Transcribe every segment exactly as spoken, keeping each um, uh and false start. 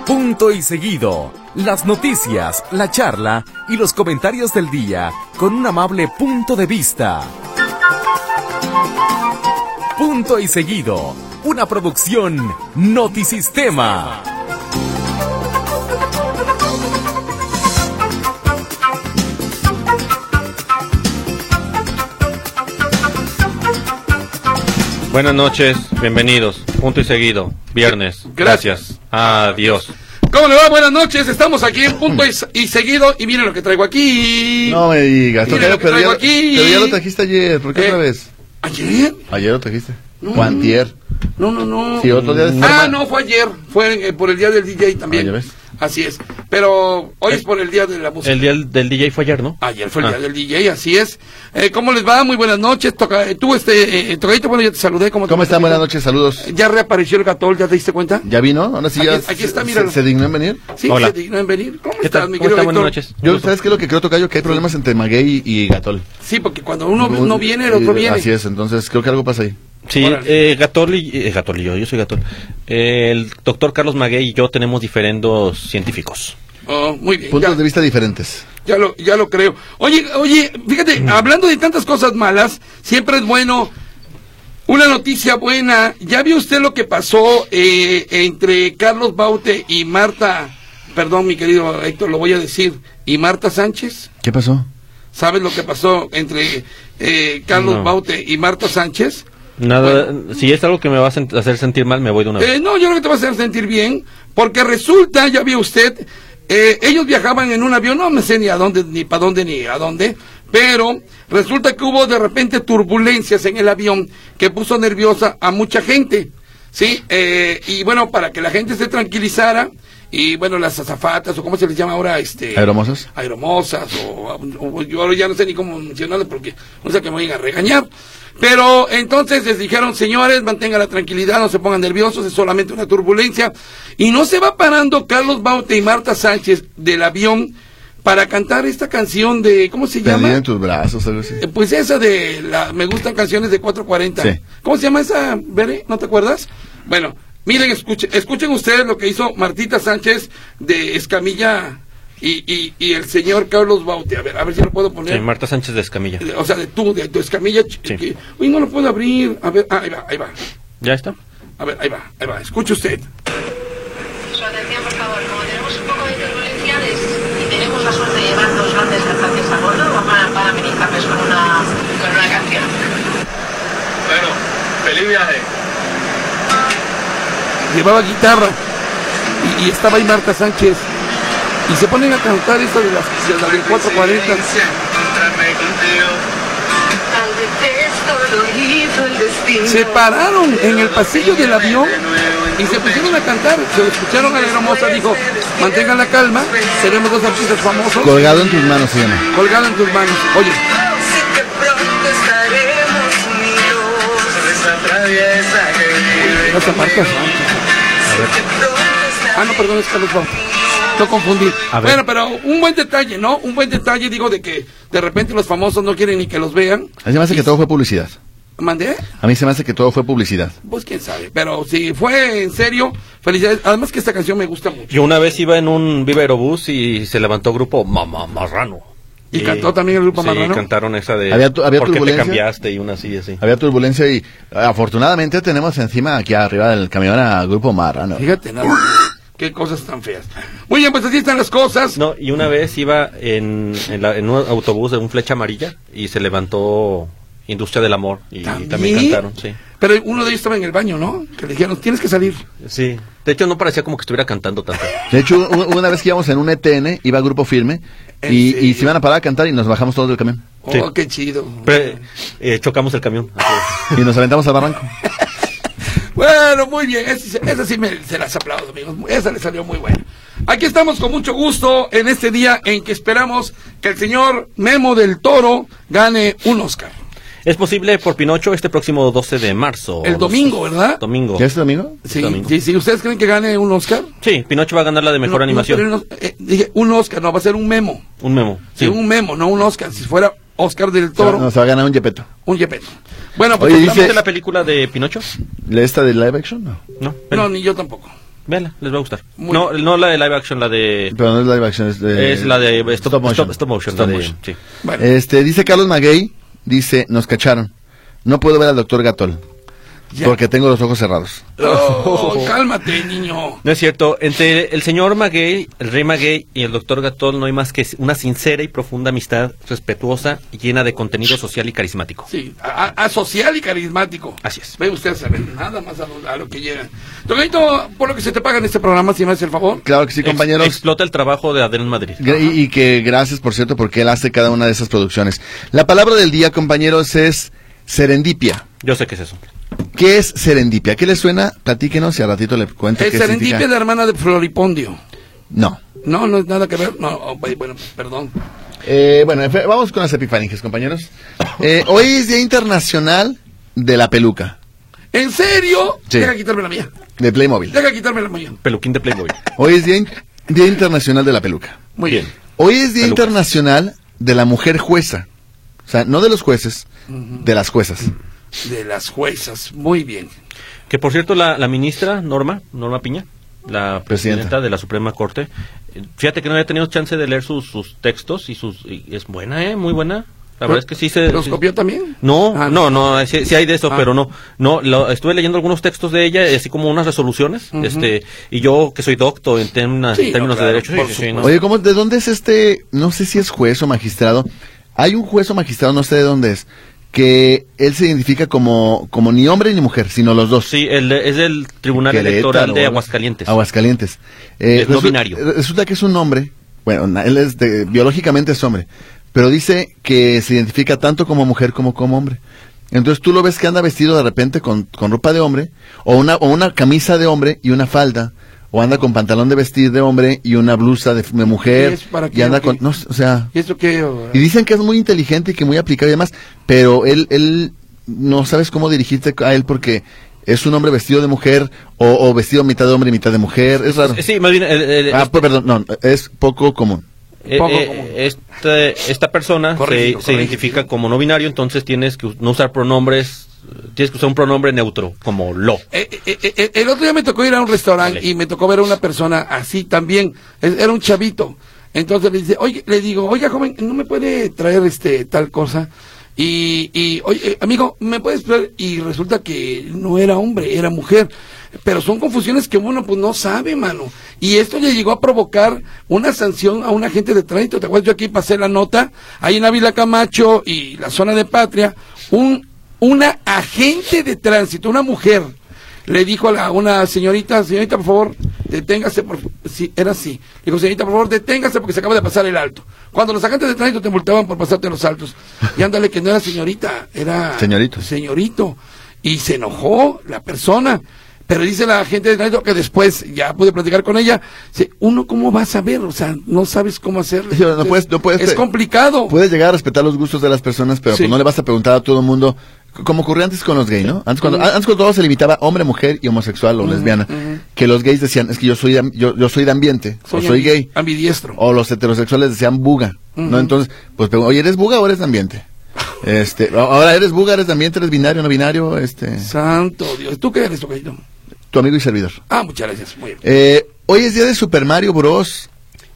Punto y seguido. Las noticias, la charla y los comentarios del día con un amable punto de vista. Punto y seguido. Una producción Notisistema. Buenas noches, bienvenidos. Punto y seguido, viernes. Gracias. Adiós. ¿Cómo le va? Buenas noches, estamos aquí en Punto y, y Seguido. Y miren lo que traigo aquí. No me digas, Miren lo que traigo ya, aquí. pero ya lo trajiste ayer, ¿por qué Eh, otra vez? ¿Ayer? Ayer lo trajiste. No. O antier. No, no, no. Sí, otro día de Ah, semana. no, fue ayer. Fue eh, por el día del D J también. Ah, ¿ya ves? Así es. Pero hoy es por el día de la música. El día del D J fue ayer, ¿no? Ayer fue el Ah. día del D J, así es. Eh, ¿Cómo les va? Muy buenas noches. Toca, eh, tú, este, eh, Tocadito, bueno, ya te saludé. ¿Cómo, ¿Cómo te están? Buenas noches, saludos. Ya reapareció el gatol, ¿ya te diste cuenta? ¿Ya vino? Ahora sí Aquí- ya aquí está, se- míralo. se, se dignó en venir. Sí, Hola. se dignó en venir. ¿Cómo ¿Qué estás, tal? mi ¿Cómo querido está? Buenas Héctor? noches. Yo, ¿sabes qué es lo que creo, Tocayo? Que hay problemas entre Maguey y Gatol. Sí, porque cuando uno no viene, el otro Eh, viene. Así es, entonces creo que algo pasa ahí. Sí, Órale. eh, Gatol y, eh, Gatol y yo, yo soy Gatol. Eh, el doctor Carlos Maguey y yo tenemos diferendos científicos. Oh, muy bien. Puntos ya. de vista diferentes. Ya lo, ya lo creo. Oye, oye, fíjate, hablando de tantas cosas malas, siempre es bueno una noticia buena. ¿Ya vio usted lo que pasó eh, entre Carlos Baute y Marta, perdón, mi querido Héctor, lo voy a decir, y Marta Sánchez? ¿Qué pasó? ¿Sabes lo que pasó entre eh, Carlos No. Baute y Marta Sánchez? Nada, si es algo que me va a sent- hacer sentir mal, me voy de una vez. Eh, no, yo creo que te va a hacer sentir bien, porque resulta, ya vio usted, eh, ellos viajaban en un avión, no me sé ni a dónde, ni para dónde, ni a dónde, pero resulta que hubo de repente turbulencias en el avión que puso nerviosa a mucha gente, ¿sí? Eh, y bueno, para que la gente se tranquilizara, y bueno, las azafatas, o cómo se les llama ahora, este... ¿Aeromosas? Aeromosas, o, o- yo ahora ya no sé ni cómo mencionarles porque no sé que me vayan a regañar. Pero entonces les dijeron, señores, mantengan la tranquilidad, no se pongan nerviosos, es solamente una turbulencia. Y no se va parando Carlos Baute y Marta Sánchez del avión para cantar esta canción de, ¿cómo se llama? Perdida en tus brazos, algo así. Eh, Pues esa de, la, me gustan canciones de cuatro cuarenta. Sí. ¿Cómo se llama esa, Bere? ¿No te acuerdas? Bueno, miren, escuchen, escuchen ustedes lo que hizo Martita Sánchez de Escamilla y, y, y el señor Carlos Baute. A ver, a ver si lo puedo poner. Sí, Marta Sánchez de Escamilla. O sea, de tú, de tu Escamilla. ch- Sí. que- uy, no lo puedo abrir. A ver, ah, ahí va, ahí va. ¿Ya está? A ver, ahí va, ahí va. Escuche usted. Su atención, por favor. Como tenemos un poco de turbulencia y tenemos la suerte de llevar dos grandes cantantes a bordo, vamos a, van a amenizarles con una, con una canción. Bueno, feliz viaje. Llevaba guitarra y, y estaba ahí Marta Sánchez. Y se ponen a cantar esta de las, de las del cuatro cuarenta. Encontrarme contigo. Tal vez esto lo hizo el destino. Se pararon en el pasillo del avión y se pusieron a cantar. Se lo escucharon a la hermosa, dijo, mantengan la calma, tenemos dos artistas famosos. Colgado en tus manos se llama. Colgado en tus manos. Oye, Sé que pronto estaremos unidos. Sonrisa traviesa que vive esa Marta conmigo. Sánchez. Ah, no, perdón, es Carlos Baute. Lo confundí. A ver. Bueno, pero un buen detalle, ¿no? Un buen detalle, digo, de que de repente los famosos no quieren ni que los vean. A mí se me hace que todo fue publicidad. ¿Mandé? A mí se me hace que todo fue publicidad. Pues quién sabe. Pero si fue en serio, felicidades. Además que esta canción me gusta mucho. Yo una vez iba en un Viva Aerobús y se levantó grupo Mamá Marrano. ¿Y cantó también el grupo sí, Marrano? cantaron esa de ¿Había tu- había ¿Por qué te turbulencia? cambiaste? Y una así, así. Había turbulencia y afortunadamente tenemos encima aquí arriba del camión a Grupo Marrano. Fíjate, nada. Qué cosas tan feas. Muy bien, pues así están las cosas. No, y una vez iba en, en, la- en un autobús de un flecha amarilla y se levantó Industria del Amor y ¿También? también, cantaron, sí. Pero uno de ellos estaba en el baño, ¿no? Que le dijeron, tienes que salir. Sí. De hecho no parecía como que estuviera cantando tanto. De hecho, u- una vez que íbamos en un E T N, iba Grupo Firme ¿En y, serio? y se iban a parar a cantar y nos bajamos todos del camión. Oh, Sí. qué chido. Pero, eh, chocamos el camión. Y nos aventamos al barranco. Bueno, muy bien. Esa, esa sí me, se las aplaudo, amigos. Esa le salió muy buena. Aquí estamos con mucho gusto en este día en que esperamos que el señor Memo del Toro gane un Oscar. Es posible por Pinocho este próximo doce de marzo. El domingo, ¿verdad? Domingo. ¿Ya es domingo? Sí, domingo. sí, sí. ¿Ustedes creen que gane un Oscar? Sí, Pinocho va a ganar la de mejor No, animación. no, pero no, eh, dije, un Oscar, no, va a ser un memo. Un memo. Sí, Sí. un memo, no un Oscar. Si fuera Oscar del Se Toro, va- no, se va a ganar un Yepeto. un Yepeto. Bueno, pues Oye, hablamos dice- ¿Viste la película de Pinocho? ¿Le esta de live action? No. No. de- no, ni yo tampoco. Véanla, les va a gustar. Muy No, bien. no la de live action, la de... Pero no es live action, es, de, es la de stop, stop motion. Stop, stop motion. Stop la de- motion. sí. Bueno, Este, dice Carlos Maguey, dice, nos cacharon. No puedo ver al doctor Gatol, ya. porque tengo los ojos cerrados. Oh, cálmate, niño. No es cierto, entre el señor Maguey, el rey Maguey y el doctor Gatol no hay más que una sincera y profunda amistad, respetuosa y llena de contenido social y carismático. Sí, a, a- social y carismático. Así es. Ve usted a saber, nada más a lo, a lo que llega. Tocayo, por lo que se te paga en este programa, si me hace el favor. Claro que sí, Ex- compañeros. explota el trabajo de Adrián Madrid. Gra- Y, y que gracias, por cierto, porque él hace cada una de esas producciones. La palabra del día, compañeros, es serendipia. Yo sé qué es eso. ¿Qué es serendipia? ¿Qué le suena? Platíquenos y al ratito le cuento Es qué serendipia significa. de hermana de Floripondio. No. No, no es nada que ver. No, oh, bueno, perdón. Eh, bueno, en fe- vamos con las epifaninges, compañeros. Eh, hoy es Día Internacional de la Peluca, ¿En serio? Sí. Deja quitarme la mía. de Playmobil. Deja quitarme la mía. Peluquín de Playboy. Hoy es Día, In- Día Internacional de la Peluca. Muy bien. Hoy es Día Pelucas. Internacional de la Mujer Jueza. O sea, no de los jueces, de las juezas. De las juezas. Muy bien. Que por cierto, la, la ministra Norma, Norma Piña, la Presidenta. presidenta de la Suprema Corte, eh, fíjate que no había tenido chance de leer sus, sus textos y sus y es buena, eh, muy buena. La verdad es que sí se... ¿Los sí- copió también? No, Ah, no, no, sí, sí hay de eso, Ah. pero no, no, lo- estuve leyendo algunos textos de ella, así como unas resoluciones, Ujú. este, y yo que soy docto en temas- Sí, no, términos claro, de derecho, por sí, sí, sí, no. Oye, ¿cómo, ¿de dónde es este? No sé si es juez o magistrado. Hay un juez o magistrado, no sé de dónde es, que él se identifica como, como ni hombre ni mujer, sino los dos. Sí, el, de- es del Tribunal Querétaro, Electoral de ¿no? Aguascalientes. Aguascalientes. Eh, Es no resu- binario. Resulta que es un hombre, bueno, na- él es de- biológicamente es hombre, pero dice que se identifica tanto como mujer como como hombre. Entonces tú lo ves que anda vestido de repente con, con ropa de hombre, o una, o una camisa de hombre y una falda, o anda con pantalón de vestir de hombre y una blusa de, de mujer, ¿Y es para y qué, anda o qué? con, no, o sea, ¿Y esto qué? oh? y dicen que es muy inteligente y que muy aplicado y demás, pero él, él no sabes cómo dirigirte a él porque es un hombre vestido de mujer o, o vestido mitad de hombre y mitad de mujer, es raro. Sí, más bien, el- el- Ah, este- pues, perdón, no, es poco común. Eh, Poco eh, común. este- esta persona Corrígelo, se, se corrígelo. identifica como no binario, entonces tienes que no usar pronombres, eh, tienes que usar un pronombre neutro, como lo. Eh, eh, eh, eh, el otro día me tocó ir a un restaurante Vale. y me tocó ver a una persona así también. Es- Era un chavito. Entonces le dice, oye, le digo, oiga, joven, ¿no me puede traer este tal cosa? Y, y oye, eh, amigo, ¿me puedes ver? Y resulta que no era hombre, era mujer. Pero son confusiones que uno pues no sabe, mano. Y esto le llegó a provocar una sanción a un agente de tránsito. ¿Te acuerdas? Yo aquí pasé la nota, ahí en Ávila Camacho y la zona de Patria, un, una agente de tránsito, una mujer, le dijo a la, una señorita, señorita, por favor, deténgase, por sí, era así. Dijo, señorita, por favor, deténgase porque se acaba de pasar el alto. Cuando los agentes de tránsito te multaban por pasarte los altos. Y ándale, que no era señorita, era... Señorito. Señorito. Y se enojó la persona. Pero dice la agente de tránsito que después ya pude platicar con ella. Dice, uno cómo va a saber, o sea, no sabes cómo hacerlo. Sí, no puedes- no puedes- es complicado. Puedes llegar a respetar los gustos de las personas, pero Sí. pues no le vas a preguntar a todo el mundo, c- como ocurría antes con los gays, ¿no? Antes cuando, Ujú. antes cuando todo se limitaba hombre, mujer y homosexual o Ujú, lesbiana, ujú. que los gays decían, es que yo soy de, am- yo, yo soy de ambiente, o soy ambi- gay, Ambidiestro. o los heterosexuales decían buga, ¿no? Ujú. Entonces, pues, pero, oye, ¿eres buga o eres de ambiente? Este, a- ahora eres buga, eres de ambiente, eres binario, no binario, este, Santo Dios. ¿Tú qué eres, tocayito? tu amigo y servidor. Ah, muchas gracias. Muy bien. Eh, hoy es día de Super Mario Bros.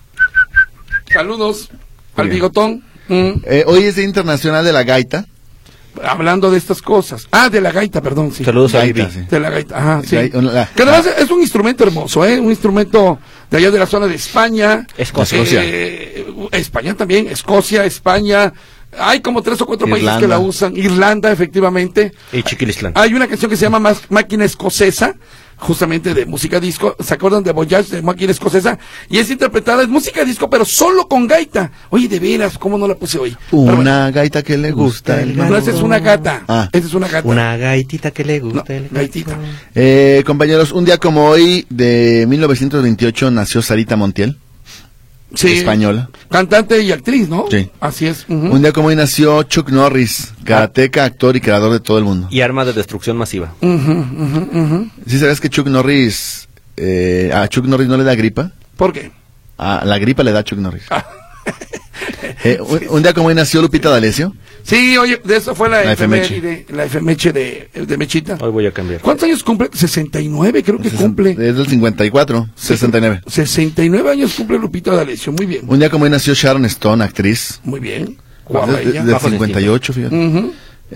Saludos Muy al bien. bigotón. Mm. Eh, hoy es día internacional de la gaita. Hablando de estas cosas. Ah, de la gaita, perdón, sí. Saludos a Gaita, Vivi. sí. De la gaita, ajá, sí. Gai- una- la- Que además es un instrumento hermoso, ¿eh? Un instrumento de allá de la zona de España. Escocia. Eh, España también, Escocia, España. Hay como tres o cuatro países Irlanda. que la usan. Irlanda, efectivamente. Y Chiquilistlán. Hay una canción que se llama Más- Máquina Escocesa, justamente de música disco. ¿Se acuerdan de Voyage, de Máquina Escocesa? Y es interpretada, es música disco, pero solo con gaita. Oye, de veras, ¿cómo no la puse hoy? Pero bueno, Una gaita que le gusta el no, gato. esa es una gata. Ah. Esa es una gata. Una gaitita que le No, gusta. el- gaitita. Eh, compañeros, un día como hoy de mil novecientos veintiocho nació Sarita Montiel, Sí. española. Cantante y actriz, ¿no? Sí. Así es. ujú. Un día como hoy nació Chuck Norris, karateca, actor y creador de todo el mundo. Y arma de destrucción masiva. Ujú, ujú, ujú. ¿Sí sabes que Chuck Norris, eh, a Chuck Norris no le da gripa? ¿Por qué? A la gripa le da a Chuck Norris. Ah. Eh, un, un día como hoy nació Lupita D'Alessio. Sí, oye, de eso fue la, La efeméride, la efemeche de, de Mechita. Hoy voy a cambiar. ¿Cuántos años cumple? sesenta y nueve creo que cumple. Es del cincuenta y cuatro, sesenta y nueve. sesenta y nueve años cumple Lupita D'Alessio, muy bien. Un día como hoy nació Sharon Stone, actriz. Muy bien. Guapa De- de- ella. del Bajo cincuenta y ocho, fíjate. Ujú.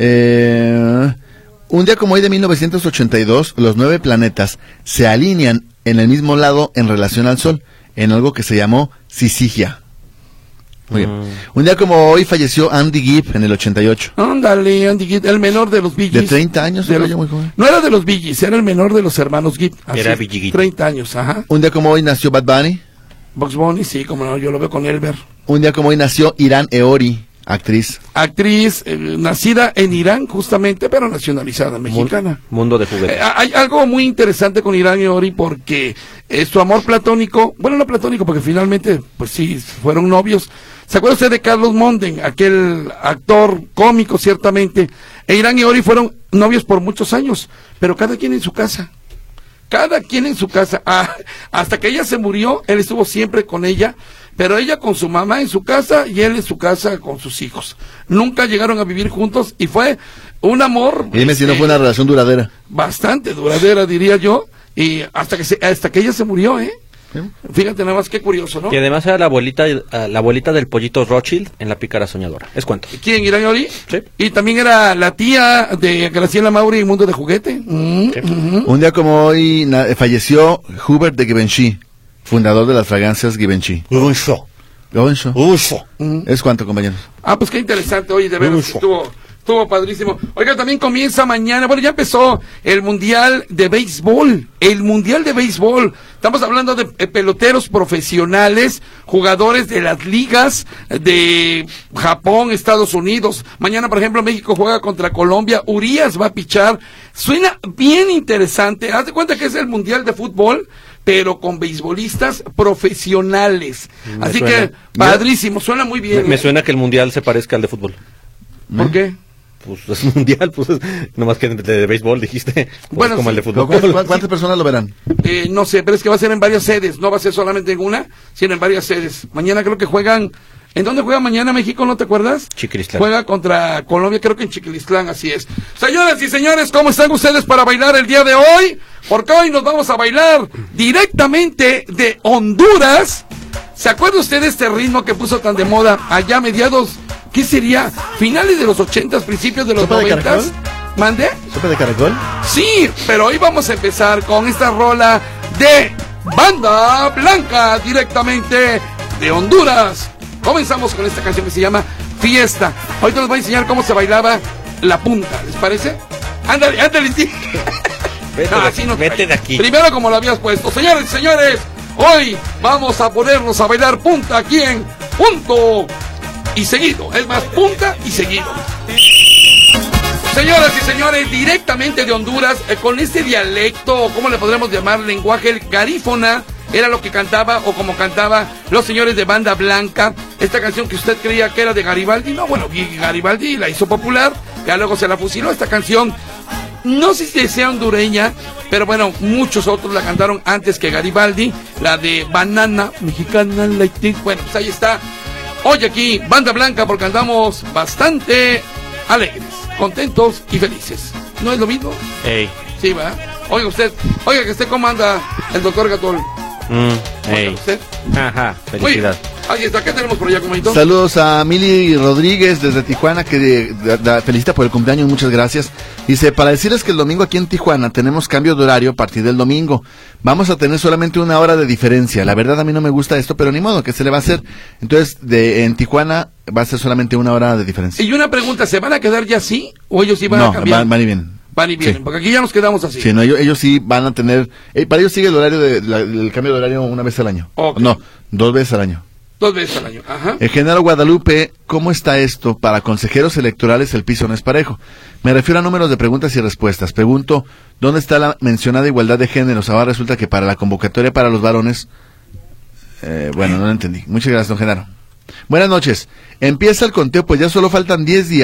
Eh, un día como hoy de mil novecientos ochenta y dos, los nueve planetas se alinean en el mismo lado en relación al Sol, en algo que se llamó Sisigia. Muy bien. Mm. Un día como hoy falleció Andy Gibb en el ochenta y ocho. Ándale, Andy Gibb, el menor de los Bee De Gees. treinta años, De era los- yo muy joven. No era de los Bee Gees, era el menor de los hermanos Gibb. Así Era es, Bee Gees. treinta años, ajá. Un día como hoy nació Bad Bunny. Box Bunny, sí, como no, yo lo veo con Elber. Un día como hoy nació Irán Eori, actriz. Actriz eh, nacida en Irán, justamente, pero nacionalizada, mexicana. Mundo de juguetes. Eh, hay algo muy interesante con Irán y Ori porque eh, su amor platónico, bueno, no platónico porque finalmente, pues sí, fueron novios. ¿Se acuerda usted de Carlos Monden, aquel actor cómico ciertamente? E Irán y Ori fueron novios por muchos años, pero cada quien en su casa. Cada quien en su casa. Ah, hasta que ella se murió, él estuvo siempre con ella, pero ella con su mamá en su casa y él en su casa con sus hijos. Nunca llegaron a vivir juntos y fue un amor Y dime si no eh, fue una relación duradera. bastante duradera, diría yo, y hasta que se, hasta que ella se murió, ¿eh? ¿Sí? Fíjate nada más qué curioso, ¿no? Y además era la abuelita, eh, la abuelita del pollito Rothschild en La Pícara Soñadora. Es cuento. ¿Quién, Irán Ori? Sí. Y también era la tía de Graciela Mauri en Mundo de Juguete. Mm, Sí. ujú. Un día como hoy na- falleció Hubert de Givenchy, fundador de las fragancias Givenchy. Uso. Givenchy. Uso. ¿Es cuánto, compañeros? Ah, pues qué interesante, oye, de veras, Uso. estuvo, estuvo padrísimo. Oiga, también comienza mañana, bueno, ya empezó el Mundial de Béisbol, el Mundial de Béisbol. Estamos hablando de eh, peloteros profesionales, jugadores de las ligas de Japón, Estados Unidos. Mañana, por ejemplo, México juega contra Colombia, Urias va a pichar. Suena bien interesante, haz de cuenta que es el Mundial de Fútbol, pero con beisbolistas profesionales. Me Así suena. que, padrísimo, suena muy bien. Me, me ¿eh? suena que el mundial se parezca al de fútbol. ¿Por qué? Pues es mundial, pues nomás que de, de béisbol dijiste. Pues Bueno, como sí. el de fútbol. ¿Cu- cu- ¿Cuántas personas lo verán? Eh, no sé, pero es que va a ser en varias sedes, no va a ser solamente en una, sino en varias sedes. Mañana creo que juegan, ¿en dónde juega mañana México, no te acuerdas? Chiquilistlán. Juega contra Colombia, creo que en Chiquilistlán, así es. Señoras y señores, ¿cómo están ustedes para bailar el día de hoy? Porque hoy nos vamos a bailar directamente de Honduras. ¿Se acuerda usted de este ritmo que puso tan de moda allá a mediados, qué sería? Finales de los ochentas, principios de los ¿Sopa de noventas. caracol? ¿Mande? ¿Sopa de caracol? Sí, pero hoy vamos a empezar con esta rola de Banda Blanca, directamente de Honduras. Comenzamos con esta canción que se llama Fiesta. Ahorita nos voy a enseñar cómo se bailaba la punta, ¿les parece? Ándale, ándale, sí. Vete, No, de, así no vete cae. de aquí. Primero como lo habías puesto. Señores y señores, hoy vamos a ponernos a bailar punta aquí en punto y seguido. Es más, punta y seguido. Señoras y señores, directamente de Honduras, eh, con este dialecto, ¿cómo le podremos llamar? Lenguaje el garífona, era lo que cantaba o como cantaba los señores de Banda Blanca. Esta canción que usted creía que era de Garibaldi, no, bueno, y Garibaldi la hizo popular, ya luego se la fusiló esta canción. No sé si sea hondureña, pero bueno, muchos otros la cantaron antes que Garibaldi, la de Banana Mexicana Light. Bueno, pues ahí está. Hoy aquí, Banda Blanca, porque andamos bastante alegres, contentos y felices. ¿No es lo mismo? Ey. Sí, va. Oiga usted, oiga que usted cómo anda el doctor Gatol. Mm, Oiga ey. usted. Ajá, Muy bien. felicidad. Ahí está, ¿qué tenemos por allá, comadito? Saludos a Mili Rodríguez desde Tijuana, que de- da- da- felicita por el cumpleaños, muchas gracias. Dice, para decirles que el domingo aquí en Tijuana tenemos cambio de horario a partir del domingo. Vamos a tener solamente una hora de diferencia. La verdad a mí no me gusta esto, pero ni modo, ¿qué se le va a hacer? Entonces, de en Tijuana va a ser solamente una hora de diferencia. Y una pregunta, ¿se van a quedar ya así o ellos sí van No, a cambiar? van, van y vienen. Van y vienen, Sí. porque aquí ya nos quedamos así. Sí, no, ellos, ellos sí van a tener... eh, para ellos sigue el horario de, la- el cambio de horario una vez al año. Ok. No, dos veces al año. Dos veces al año. Ajá. El general Guadalupe, ¿cómo está esto? Para consejeros electorales el piso no es parejo. Me refiero a números de preguntas y respuestas. Pregunto, ¿dónde está la mencionada igualdad de géneros? Ahora resulta que para la convocatoria para los varones... Eh, bueno, no lo entendí. Muchas gracias, don Genaro. Buenas noches. Empieza el conteo, pues ya solo faltan diez días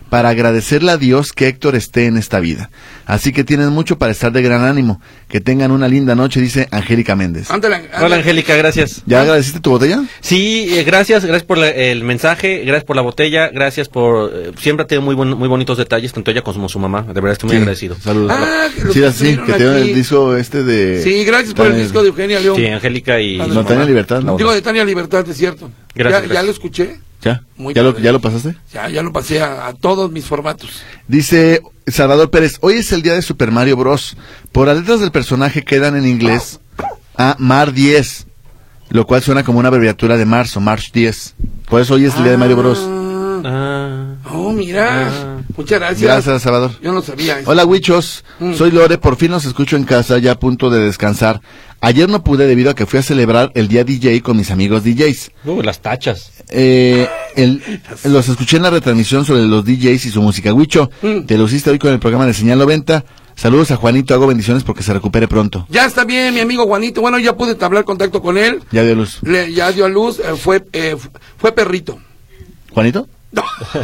para agradecerle a Dios que Héctor esté en esta vida. Así que tienen mucho para estar de gran ánimo. Que tengan una linda noche, dice Angélica Méndez. Ándale, ándale. Hola, Angélica, gracias. ¿Ya agradeciste tu botella? Sí, eh, gracias, gracias por la- el mensaje, gracias por la botella, gracias por... eh, siempre ha tenido muy buen- muy bonitos detalles, tanto ella como su mamá, de verdad estoy muy Sí, agradecido. Saludos. Ah, que lo sí, así, pusieron que te dio aquí. el disco este de... Sí, gracias por el Tania- disco de Eugenia León. Sí, Angélica y... Padre. No, Tania Libertad, no. Digo, de Tania Libertad, es cierto. Gracias, ya, gracias. ya lo escuché. ¿Ya? Muy ¿Ya lo, padre. ¿Ya lo pasaste? Ya, ya lo pasé a, a todos mis formatos. Dice Salvador Pérez, hoy es el día de Super Mario Bros. Por las letras del personaje quedan en inglés a Mar diez, lo cual suena como una abreviatura de marzo, March diez. Por eso hoy es el día de Mario Bros. Ah, Ah, oh, mira. Ah. Muchas gracias. Gracias, Salvador. Yo no sabía eso. Hola, Huichos. Mm. Soy Lore, por fin los escucho en casa, ya a punto de descansar. Ayer no pude debido a que fui a celebrar el día D J con mis amigos D Js. uh, las tachas. Eh, el- los escuché en la retransmisión sobre los D Js y su música. Huicho, Mm. te luciste hoy con el programa de Señal noventa. Saludos a Juanito, hago bendiciones porque se recupere pronto. Ya está bien, mi amigo Juanito. Bueno, ya pude entablar contacto con él. Ya dio luz. Le, ya dio a luz. eh, fue, eh, fu- fue perrito. ¿Juanito? No.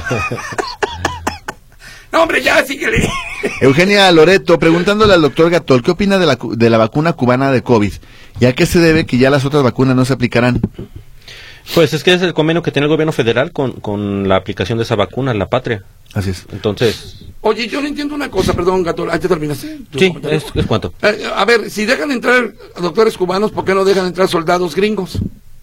No, hombre, ya, síguele. Eugenia Loreto, preguntándole al doctor Gatol, ¿qué opina de la, cu- de la vacuna cubana de COVID? ¿Y a qué se debe que ya las otras vacunas no se aplicarán? Pues es que es el convenio que tiene el gobierno federal con, con la aplicación de esa vacuna, la patria. Así es. Entonces, Oye, yo no entiendo una cosa, perdón, Gato. ¿Ah, ya terminaste? tu sí, comentario? es, es cuanto. Eh, a ver, si dejan entrar doctores cubanos, ¿por qué no dejan entrar soldados gringos?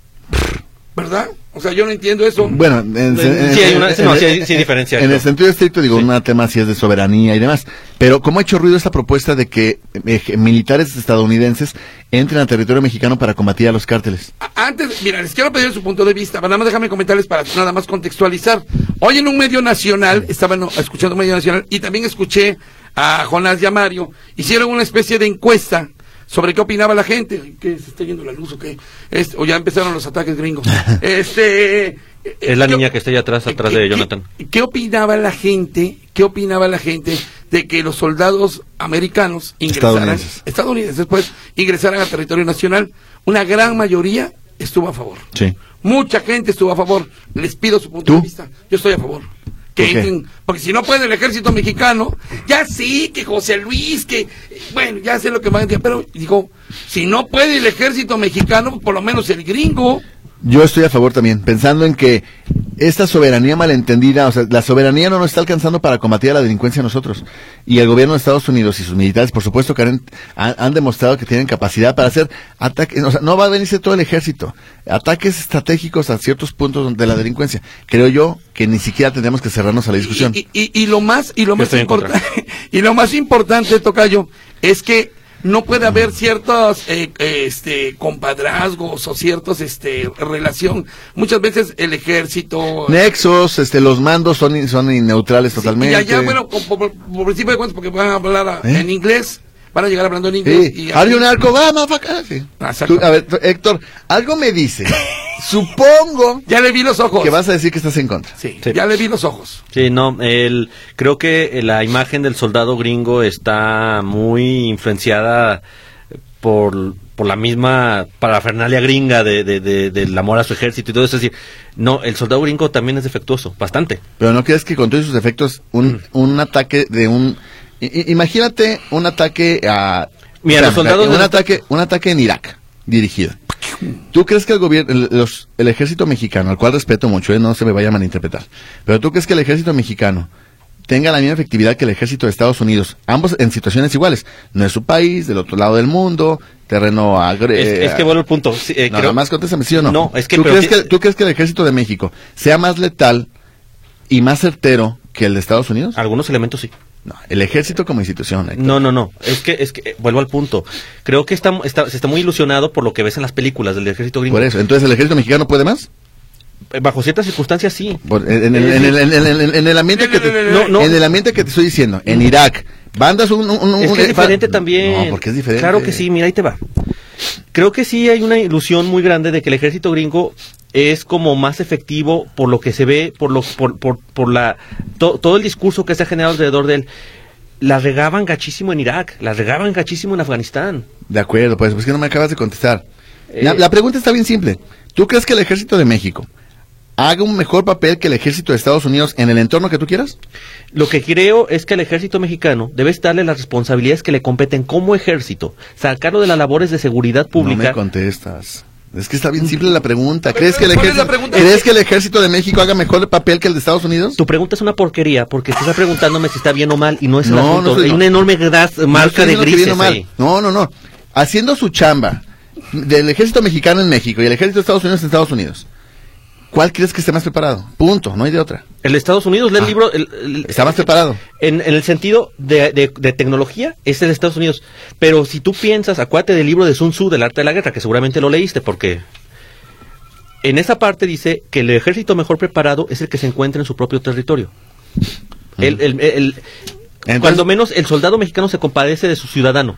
¿Verdad? O sea, yo no entiendo eso. Bueno, en, en- Sí, hay una- en- no, en- sí hay- sí hay diferencia, En el claro. sentido estricto, digo, un tema así es de soberanía y demás. Pero, ¿cómo ha hecho ruido esta propuesta de que eh, militares estadounidenses entren al territorio mexicano para combatir a los cárteles? A- Antes, mira, les quiero pedir su punto de vista. Nada más déjame comentarles para nada más contextualizar. Hoy en un medio nacional, estaba no, escuchando un medio nacional y también escuché a Jonás y a Mario, hicieron una especie de encuesta sobre qué opinaba la gente. ¿Que se está yendo la luz o qué? Este, o ya empezaron los ataques gringos. este... Es la ¿qué- niña que está allá atrás, atrás ¿qué- de qué- Jonathan. ¿Qué opinaba la gente? ¿Qué opinaba la gente de que los soldados americanos ingresaran, Estadounidenses. estadounidenses, pues, ingresaran al territorio nacional? Una gran mayoría estuvo a favor. Sí. Mucha gente estuvo a favor. Les pido su punto ¿Tú? de vista. Yo estoy a favor. Que ¿Por qué? entren, porque si no puede el ejército mexicano, ya sí, que José Luis, que, bueno, ya sé lo que van a decir, pero digo, si no puede el ejército mexicano, por lo menos el gringo. Yo estoy a favor también, pensando en que esta soberanía malentendida, o sea, la soberanía no nos está alcanzando para combatir a la delincuencia a nosotros. Y el gobierno de Estados Unidos y sus militares, por supuesto, que han, han- han demostrado que tienen capacidad para hacer ataques, o sea, no va a venirse todo el ejército, ataques estratégicos a ciertos puntos de la delincuencia. Creo yo que ni siquiera tendremos que cerrarnos a la discusión. Y, y, y lo más, y lo Yo más estoy en contra. importante, y lo más importante, Tocayo, es que no puede haber ciertos eh, eh, este compadrazgos o ciertos este relación. Muchas veces el ejército Nexos, este, los mandos son, in- son in- neutrales Sí, totalmente. y allá, bueno, por, por- por principio de cuentas, porque van a hablar a- ¿Eh? en inglés, van a llegar hablando en inglés. Sí, y are you narco? Ah, motherfucker. Sí. Exacto. Tú, a ver, tú, Héctor, algo me dice, supongo Ya le vi los ojos. que vas a decir que estás en contra. Sí, Sí. ya le vi los ojos. Sí, no, el, creo que la imagen del soldado gringo está muy influenciada por, por la misma parafernalia gringa de, de, de- del amor a su ejército y todo eso. Es decir, no, el soldado gringo también es defectuoso, bastante. Pero ¿no crees que con todos sus efectos, un, un ataque de un... i- i- imagínate un ataque a... Mira, los soldados Un de- ataque, un ataque en Irak, dirigido. ¿Tú crees que el gobierno, el, los- el ejército mexicano, al cual respeto mucho, eh, no se me vaya a malinterpretar, pero tú crees que el ejército mexicano tenga la misma efectividad que el ejército de Estados Unidos, ambos en situaciones iguales? No es su país, del otro lado del mundo, terreno agre... Es, es que vuelvo al punto. Sí, eh, No, creo- nada más contéstame, ¿sí o no? No, es que... ¿Tú, pero crees sí- que ¿Tú crees que el ejército de México sea más letal y más certero que el de Estados Unidos? Algunos elementos sí. No, el ejército como institución. Héctor. No, no, no. Es que, es que, eh, vuelvo al punto. Creo que está, está, se está muy ilusionado por lo que ves en las películas del ejército gringo. Por eso, entonces, ¿el ejército mexicano puede más? Eh, Bajo ciertas circunstancias sí. Por- en, el, en, el, en, el, en el- en el ambiente que te, No, no. en el ambiente que te estoy diciendo, en Irak, bandas un... un- un- Es un- que es diferente pa- también. No, porque es diferente. Claro que sí, mira, ahí te va. Creo que sí hay una ilusión muy grande de que el ejército gringo es como más efectivo por lo que se ve, por lo por, por, por la to- todo el discurso que se ha generado alrededor de él. La regaban gachísimo en Irak, la regaban gachísimo en Afganistán. De acuerdo, pues, pues que no me acabas de contestar. Eh. La, la pregunta está bien simple. ¿Tú crees que el ejército de México haga un mejor papel que el ejército de Estados Unidos en el entorno que tú quieras? Lo que creo es que el ejército mexicano debe darle las responsabilidades que le competen como ejército, sacarlo de las labores de seguridad pública. No me contestas. Es que está bien simple la pregunta. ¿Crees, Pero, que el, ¿cuál es la ejército, pregunta? ¿Crees que el ejército de México haga mejor papel que el de Estados Unidos? Tu pregunta es una porquería, porque te estás preguntándome si está bien o mal, y no es el No, asunto. no soy- Hay no. una enorme gras- No marca estoy de diciendo que bien grises o mal. ahí. No, no, no. Haciendo su chamba del ejército mexicano en México y el ejército de Estados Unidos en Estados Unidos, ¿cuál crees que esté más preparado? Punto, no hay de otra. El de Estados Unidos lee el Ah, libro... el- el- Está más preparado. En, en el sentido de, de- de tecnología, es el de Estados Unidos. Pero si tú piensas, acuérdate del libro de Sun Tzu, del arte de la guerra, que seguramente lo leíste, porque en esa parte dice que el ejército mejor preparado es el que se encuentra en su propio territorio. El, el- el- Entonces- cuando menos el soldado mexicano se compadece de su ciudadano.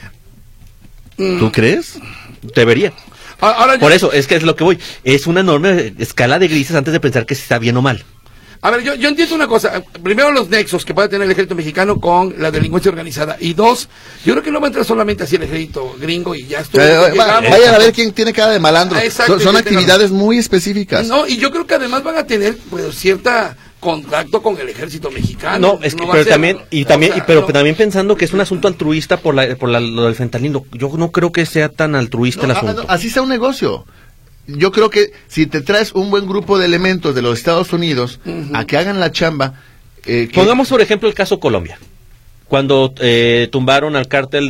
¿Tú crees? Debería. A- Ahora, Por yo- eso, es que es lo que voy. Es una enorme escala de grises antes de pensar que si está bien o mal. A ver, yo, yo entiendo una cosa. Primero, los nexos que puede tener el ejército mexicano con la delincuencia organizada. Y dos, yo creo que no va a entrar solamente así el ejército gringo y ya estuvo. Eh, va- Llegamos. vayan a ver quién tiene cara de malandro. Ah, exacto, son son que tenga- actividades muy específicas. No, y yo creo que además van a tener pues cierta contacto con el ejército mexicano. No, es que, va a pero ser- también, y o también, sea, y- pero no- también pensando que es un asunto altruista por la, por la, lo del fentanilo. Yo no creo que sea tan altruista No, el a- asunto. a- así sea un negocio. Yo creo que si te traes un buen grupo de elementos de los Estados Unidos a que hagan la chamba, eh, que- Pongamos por ejemplo el caso Colombia, cuando eh, tumbaron al cártel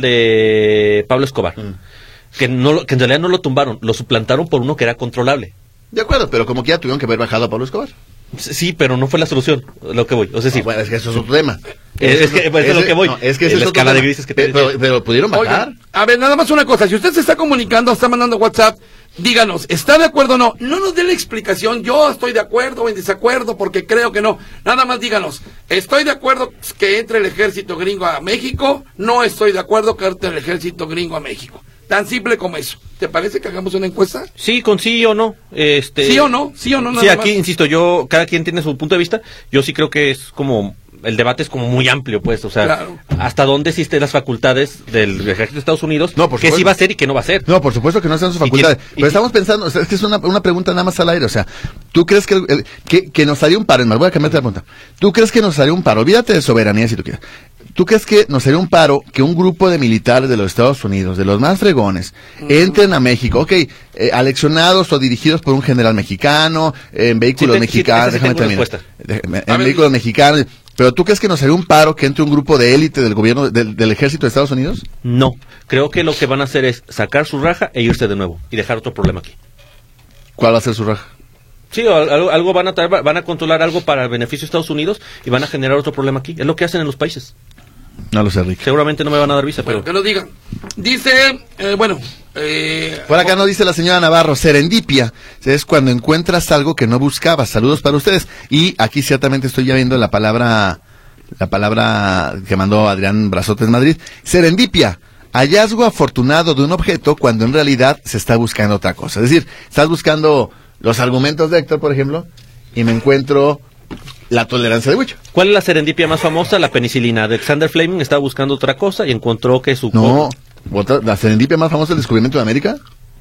de Pablo Escobar, Mm. que no, lo- que en realidad no lo tumbaron, lo suplantaron por uno que era controlable. de acuerdo, pero como que ya tuvieron que haber bajado a Pablo Escobar. Sí, pero no fue la solución, lo que voy. O sea, sí, Ah, bueno, es que eso es otro tema. Es- es que- pues, es a lo ese- que voy. no, es que Es ese la es otro escala de tema. grises que te pero, decía. pero pudieron bajar. Oigan, a ver, nada más una cosa. Si usted se está comunicando, está mandando WhatsApp, díganos, ¿está de acuerdo o no? No nos dé la explicación, yo estoy de acuerdo o en desacuerdo, porque creo que no. Nada más díganos, estoy de acuerdo que entre el ejército gringo a México, no estoy de acuerdo que entre el ejército gringo a México. Tan simple como eso. ¿Te parece que hagamos una encuesta? sí, con sí o no. Este, ¿Sí o no? ¿Sí o no? Sí, Nada aquí, más. insisto, yo, cada quien tiene su punto de vista. Yo sí creo que es como, el debate es como muy amplio, pues, o sea, Claro. hasta dónde existen las facultades del ejército de Estados Unidos, No, por qué supuesto. sí va a hacer y qué no va a hacer. No, por supuesto que no están sus Y facultades. tiene- y pero tiene- estamos pensando, o sea, es que es una, una pregunta nada más al aire. O sea, ¿tú crees que, el- el- que, que nos haría un paro? Es más, voy a cambiarte la pregunta. ¿Tú crees que nos haría un paro? Olvídate de soberanía si tú quieres. ¿Tú crees que nos haría un paro que un grupo de militares de los Estados Unidos, de los más fregones, entren a México? Ok, eh, aleccionados o dirigidos por un general mexicano, eh, en vehículos Sí, te- sí, mexicanos, esa sí déjame tengo terminar. respuesta. Déjame- A En ver, vehículos mexicanos. Pero ¿tú crees que nos haría un paro que entre un grupo de élite del gobierno, del, del ejército de Estados Unidos? No, creo que lo que van a hacer es sacar su raja e irse de nuevo y dejar otro problema aquí. ¿Cuál va a ser su raja? Sí, o al- algo, algo van a traer, van a controlar algo para el beneficio de Estados Unidos y van a generar otro problema aquí. Es lo que hacen en los países. No lo sé, Rick. Seguramente no me van a dar visa, Bueno, pero que lo digan. Dice, eh, bueno, eh, Por acá nos dice la señora Navarro, serendipia es cuando encuentras algo que no buscabas. Saludos para ustedes. Y aquí ciertamente estoy ya viendo la palabra, la palabra que mandó Adrián Brazotes Madrid. Serendipia, hallazgo afortunado de un objeto cuando en realidad se está buscando otra cosa. Es decir, estás buscando los argumentos de Héctor, por ejemplo, y me encuentro la tolerancia de Huicho. ¿cuál es la serendipia más famosa? La penicilina. Alexander Fleming estaba buscando otra cosa y encontró que su... No, otra- la serendipia más famosa del descubrimiento de América.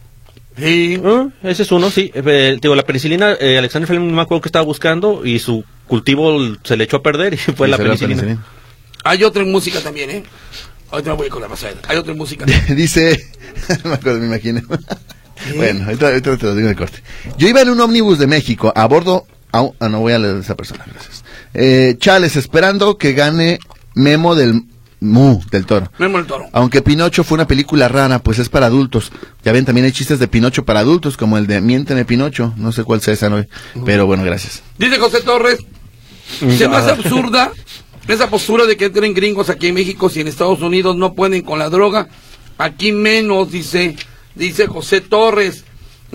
sí, Ah, ese es uno, sí. Eh, digo, la penicilina, eh, Alexander Fleming no me acuerdo que estaba buscando y su cultivo se le echó a perder y fue Y la fue penicilina. hay otra en música también, ¿eh? Ahorita me voy con la pasada. Hay otra en música. Dice, no me acuerdo, me imagino. Bueno, ahorita, ahorita te lo digo de corte. Yo iba en un ómnibus de México a bordo. Ah, ah, no voy a leer a esa persona, gracias. Eh, Chales, esperando que gane Memo del Mu, del Toro. Memo el Toro. Aunque Pinocho fue una película rara, pues es para adultos. Ya ven, también hay chistes de Pinocho para adultos, como el de Miénteme Pinocho. No sé cuál sea esa, ¿no? Pero bueno, gracias. Dice José Torres, se me hace absurda esa postura de que entren gringos aquí en México si en Estados Unidos no pueden con la droga. Aquí menos, dice, dice José Torres.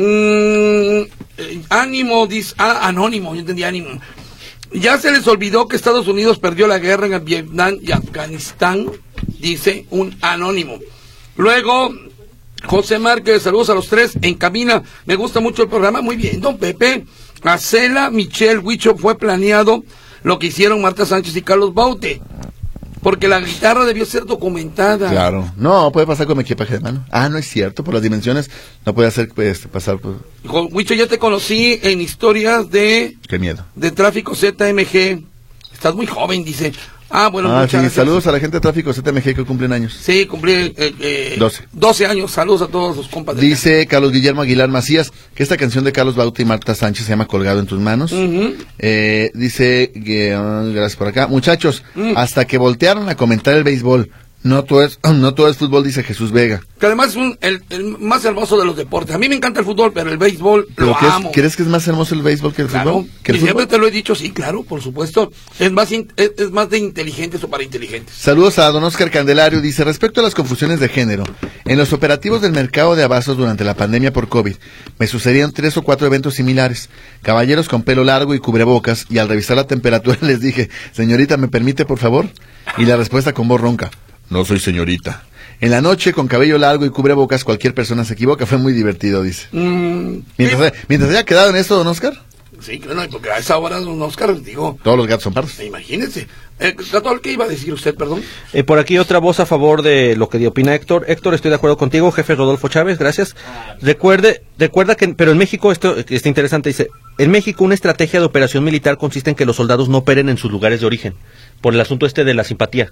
Mm, eh, ánimo, dice, ah, anónimo, yo entendí ánimo. Ya se les olvidó que Estados Unidos perdió la guerra en Vietnam y Afganistán, dice un anónimo. Luego, José Márquez, saludos a los tres en cabina. Me gusta mucho el programa. Muy bien, don Pepe. Acela, Michelle, Huicho, fue planeado lo que hicieron Marta Sánchez y Carlos Baute. porque la guitarra debió ser documentada. Claro. No, puede pasar con equipaje de mano. Ah, no es cierto, por las dimensiones no puede hacer pues, pasar por... Huicho, ya te conocí en historias de... Qué miedo. De Tráfico Z M G. Estás muy joven, dice. Ah, bueno, ah, muchas sí, gracias. Saludos a la gente de Tráfico Z M G que cumplen años. Sí, cumplí eh, eh, doce. doce años. Saludos a todos los compas. De Dice acá. Carlos Guillermo Aguilar Macías que esta canción de Carlos Bauta y Marta Sánchez se llama Colgado en tus manos. Uh-huh. eh, dice, que, uh, gracias por acá. Muchachos, uh-huh. hasta que voltearon a comentar el béisbol, no todo es, no todo es fútbol, dice Jesús Vega. Que además es un, el, el más hermoso de los deportes. A mí me encanta el fútbol, pero el béisbol ¿Pero lo qué es, amo. ¿Crees que es más hermoso el béisbol que el Claro, fútbol? ¿Que el y siempre fútbol? te lo he dicho, sí, claro, por supuesto. Es más, in, es, es más de inteligentes o para inteligentes. Saludos a don Oscar Candelario, dice, respecto a las confusiones de género, en los operativos del mercado de abastos durante la pandemia por COVID, me sucedieron tres o cuatro eventos similares, caballeros con pelo largo y cubrebocas, y al revisar la temperatura les dije, señorita, ¿me permite por favor? Y la respuesta con voz ronca, no soy señorita. En la noche, con cabello largo y cubrebocas, cualquier persona se equivoca, fue muy divertido, dice. Mm, Mientras, mientras haya quedado en esto, don Oscar, sí, claro, porque a esa hora, don Oscar, digo, todos los gatos son pardos. imagínense. Eh, Gatol, ¿qué iba a decir usted, perdón? Eh, por aquí otra voz a favor de lo que opina Héctor. Héctor, estoy de acuerdo contigo, jefe Rodolfo Chávez, gracias. Recuerde, recuerda que, pero en México, esto está interesante, dice, en México una estrategia de operación militar consiste en que los soldados no operen en sus lugares de origen, por el asunto este de la simpatía.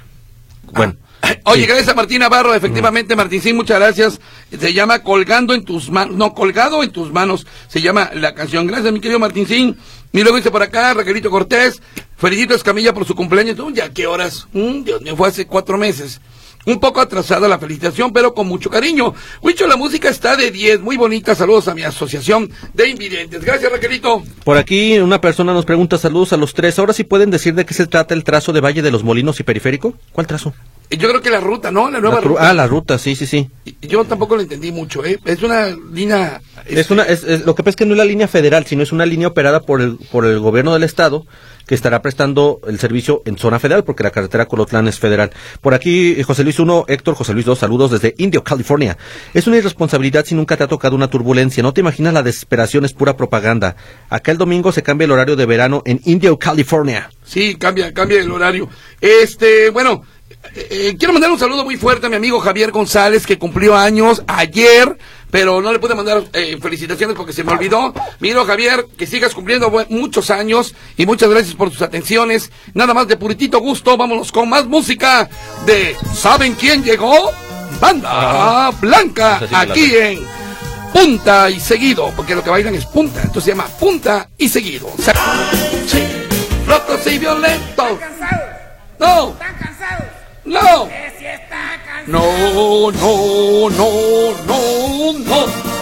Bueno. Ah. Oye, sí. gracias a Martín Navarro, efectivamente, Martín, sí, muchas gracias. Se llama Colgando en tus manos, no, Colgado en tus manos, se llama la canción. Gracias, mi querido Martín, sí. Y luego dice por acá, Raquelito Cortés, felicito a Escamilla por su cumpleaños. Uh, ya, ¿qué horas? Mm, Dios mío, fue hace cuatro meses. Un poco atrasada la felicitación, pero con mucho cariño. Huicho, la música está de diez, muy bonita. Saludos a mi asociación de invidentes. Gracias, Raquelito. Por aquí una persona nos pregunta, saludos a los tres. Ahora sí pueden decir de qué se trata el trazo de Valle de los Molinos y Periférico. ¿Cuál trazo? Yo creo que la ruta, ¿no? La nueva La ruta. Ah, la ruta, sí, sí, sí. Yo tampoco lo entendí mucho, ¿eh? Es una línea... Es este, una, es, es- lo que pasa es que no es la línea federal, sino es una línea operada por el, por el gobierno del estado que estará prestando el servicio en zona federal, porque la carretera Colotlán es federal. Por aquí, eh, José Luis uno, Héctor, José Luis dos, saludos desde Indio, California. Es una irresponsabilidad si nunca te ha tocado una turbulencia. No te imaginas, la desesperación es pura propaganda. Acá el domingo se cambia el horario de verano en Indio, California. Sí, cambia, cambia el horario. Este, bueno, eh, eh, quiero mandar un saludo muy fuerte a mi amigo Javier González, que cumplió años ayer, pero no le pude mandar eh, felicitaciones porque se me olvidó. Miro, Javier, que sigas cumpliendo bu- muchos años y muchas gracias por tus atenciones. Nada más de puritito gusto, vámonos con más música de ¿saben quién llegó? Banda Blanca, Esa sí me la aquí en Punta y Seguido, porque lo que bailan es punta, entonces se llama Punta y Seguido. Se- Sí, rotos y violentos. No. No. No, no, no, no, no.